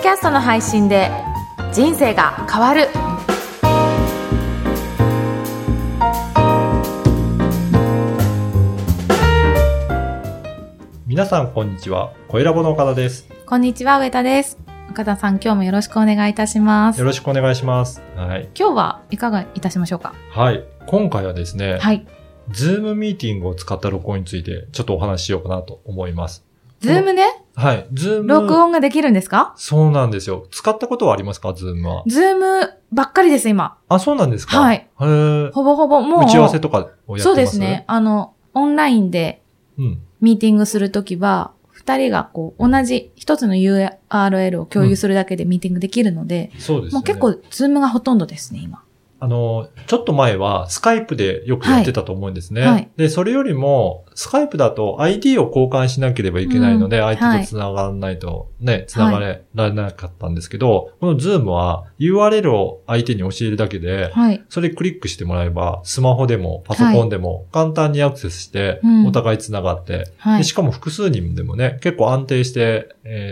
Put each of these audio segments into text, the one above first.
ャストの配信で人生が変わる。 皆さんこんにちは。声ラボの岡田です。 こんにちは、上田です。岡田さん、今日もよろしくお願いいたします。 よろしくお願いします。はい。 今日はいかがいたしましょうか？ はい。今回はですね、 はい。 ズームミーティングを使った録音についてちょっとお話ししようかなと思います。 ズームで？ はい。ズーム。 録音ができるんですか？ そうなんですよ。使ったことはありますか？ズームは。 ズームばっかりです、今。 あ、そうなんですか？ はい。 へー。 ほぼほぼもう。 打ち合わせとかをやってます？ そうですね。オンラインでミーティングするときは、二人がこう、同じ一つの URL を共有するだけでミーティングできるので、 そうですね。 もう結構、ズームがほとんどですね、今。 ちょっと前はスカイプでよくやってたと思うんですね。 はい。 で、それよりも、スカイプだと ID を交換しなければいけないので、相手と繋がらないとね、繋がられなかったんですけど、この Zoom は URL を相手に教えるだけで、それクリックしてもらえば、スマホでもパソコンでも簡単にアクセスして、お互い繋がって、で、しかも複数人でもね、結構安定して、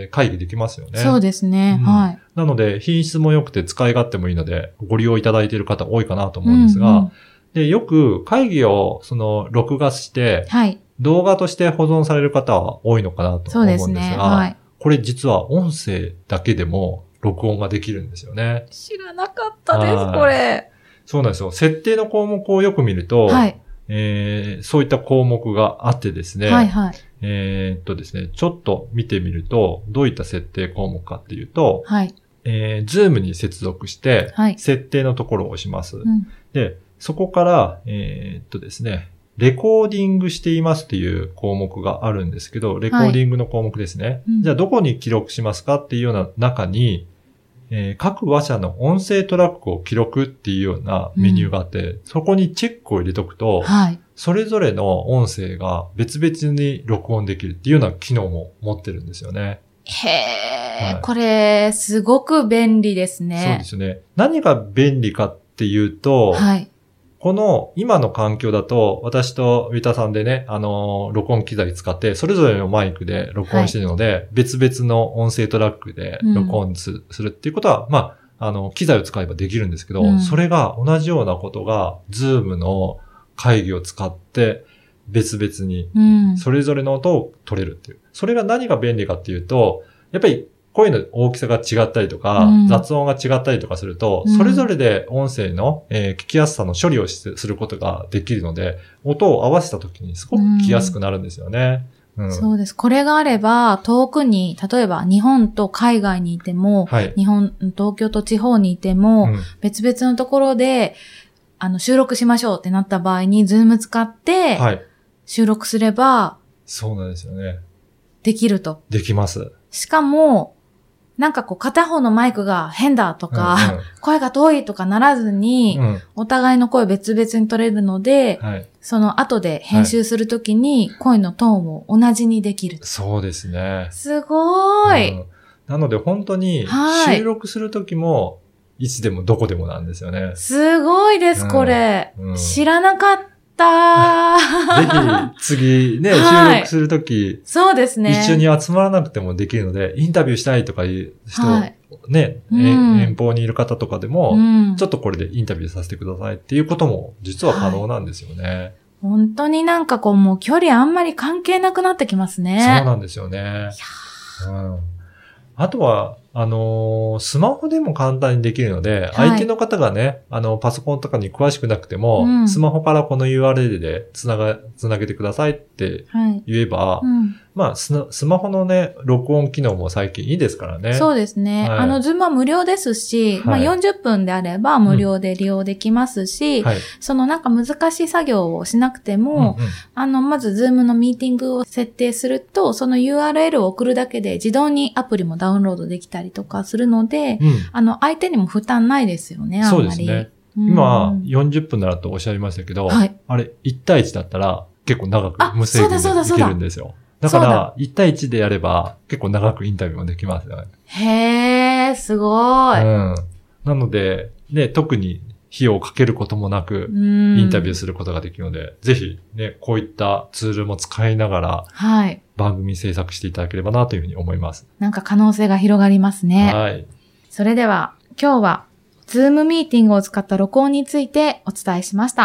会議できますよね。 そうですね。はい。 なので、品質も良くて使い勝手もいいので、ご利用いただいている方多いかなと思うんですが、で、よく会議を録画して、動画として保存される方は多いのかなと思うんですが、これ実は音声だけでも録音ができるんですよね。 知らなかったです、これ。 そうなんですよ。設定の項目をよく見ると、そういった項目があってですね、ですね、ちょっと見てみると、どういった設定項目かっていうと、Zoom に接続して、設定のところを押します。で、そこから、ですね、レコーディングしていますっていう項目があるんですけど、レコーディングの項目ですね。じゃあどこに記録しますかっていうような中に、各話者の音声トラックを記録っていうようなメニューがあって、そこにチェックを入れとくと、それぞれの音声が別々に録音できるっていうような機能も持ってるんですよね。 へー、これ、すごく便利ですね。 そうですね。何が便利かっていうと、この今の環境だと、私と上田さんでね、録音機材使って、それぞれのマイクで録音しているので、別々の音声トラックで録音するっていうことは、機材を使えばできるんですけど、それが同じようなことが、Zoom の会議を使って、別々に、それぞれの音を取れるっていう。それが何が便利かっていうと、やっぱり声の大きさが違ったりとか、雑音が違ったりとかすると、それぞれで音声の、聞きやすさの処理をすることができるので、音を合わせた時にすごく聞きやすくなるんですよね。 そうです。これがあれば、遠くに、例えば日本と海外にいても、東京と地方にいても、別々のところで、収録しましょうってなった場合に、ズーム使って、収録すれば、 そうなんですよね。 できると。 できます。 しかも、なんかこう片方のマイクが変だとか、声が遠いとかならずに、お互いの声別々に取れるので、その後で編集するときに声のトーンを同じにできる。 そうですね。 すごーい。 なので本当に収録するときも、いつでもどこでもなんですよね。 すごいです、これ。知らなかった。ぜひ次ね、収録するとき、 そうですね。 一緒に集まらなくてもできるので、インタビューしたいとかいう人、ね、遠方にいる方とかでも、ちょっとこれでインタビューさせてくださいっていうことも実は可能なんですよね。 本当になんかこうもう距離あんまり関係なくなってきますね。 そうなんですよね。あとは、スマホでも簡単にできるので、相手の方がね、パソコンとかに詳しくなくても、スマホからこの URL でつなげてくださいって言えば、スマホのね、録音機能も最近いいですからね。 そうですね。ズームは無料ですし、40分であれば無料で利用できますし、そのなんか難しい作業をしなくても、まずズームのミーティングを設定すると、その URL を送るだけで自動にアプリもダウンロードできたりとかするので、相手にも負担ないですよね、あんまり。そうですね。 今、40分ならとおっしゃいましたけど、あれ、1対1だったら結構長く無制限でいけるんですよ。だから、1対1でやれば結構長くインタビューもできますよね。 へー、すごい。 なので、ね、特に費用をかけることもなく、インタビューすることができるので、ぜひね、こういったツールも使いながら、 番組制作していただければなというふうに思います。 なんか可能性が広がりますね。 はい。 それでは今日はZoomミーティングを使った録音についてお伝えしました。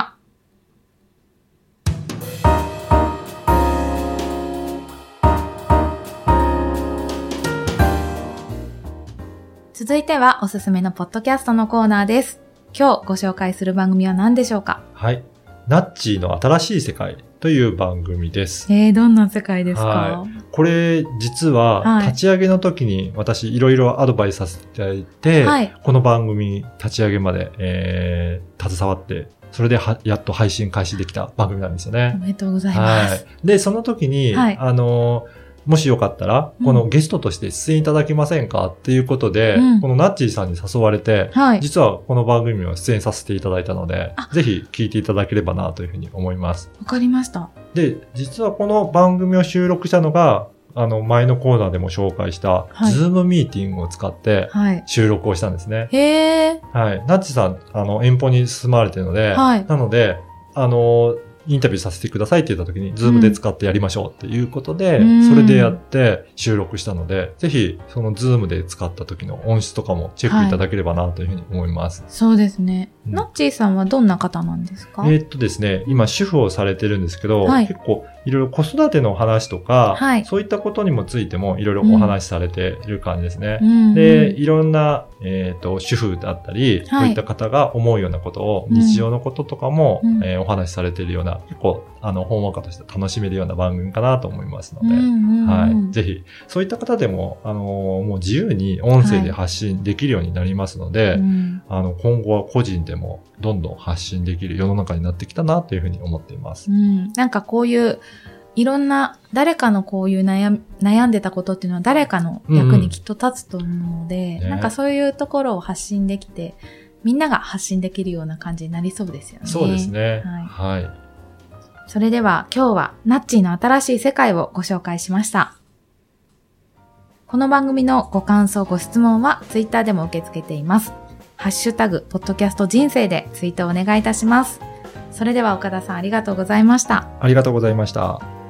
続いてはおすすめのポッドキャストのコーナーです。今日ご紹介する番組は何でしょうか？ はい。ナッチーの新しい世界という番組です。 どんな世界ですか？ はい。これ実は立ち上げの時に私いろいろアドバイスさせていただいて、はい、この番組立ち上げまで、携わって、それでやっと配信開始できた番組なんですよね。 おめでとうございます。 はい。で、その時に、はい、もしよかったら、このゲストとして出演いただけませんかっていうことで、このナッチーさんに誘われて、実はこの番組を出演させていただいたので、ぜひ聞いていただければなというふうに思います。 わかりました。 で、実はこの番組を収録したのが、前のコーナーでも紹介した、ズームミーティングを使って収録をしたんですね。 へー。 はい。ナッチさん、遠方に住まわれているので、なので、インタビューさせてくださいって言った時に、ズームで使ってやりましょうっていうことで、それでやって収録したので、ぜひ、そのズームで使った時の音質とかもチェックいただければなというふうに思います。 そうですね。ナッチーさんはどんな方なんですか？ ですね、今主婦をされてるんですけど、結構いろいろ子育ての話とか、そういったことにもついてもいろいろお話しされている感じですね。で、いろんな、主婦だったり、そういった方が思うようなことを、日常のこととかも、お話しされているような、結構、ほんわかとして楽しめるような番組かなと思いますので、はい。ぜひ、そういった方でも、もう自由に音声で発信できるようになりますので、今後は個人でもどんどん発信できる世の中になってきたなというふうに思っています。 なんかこういう、いろんな、誰かのこういう悩んでたことっていうのは誰かの役にきっと立つと思うので、なんかそういうところを発信できて、みんなが発信できるような感じになりそうですよね。 そうですね。はい。 それでは今日はナッチーの新しい世界をご紹介しました。この番組のご感想、ご質問はツイッターでも受け付けています。ハッシュタグ、ポッドキャスト人生でツイートをお願いいたします。それでは岡田さんありがとうございました。 ありがとうございました。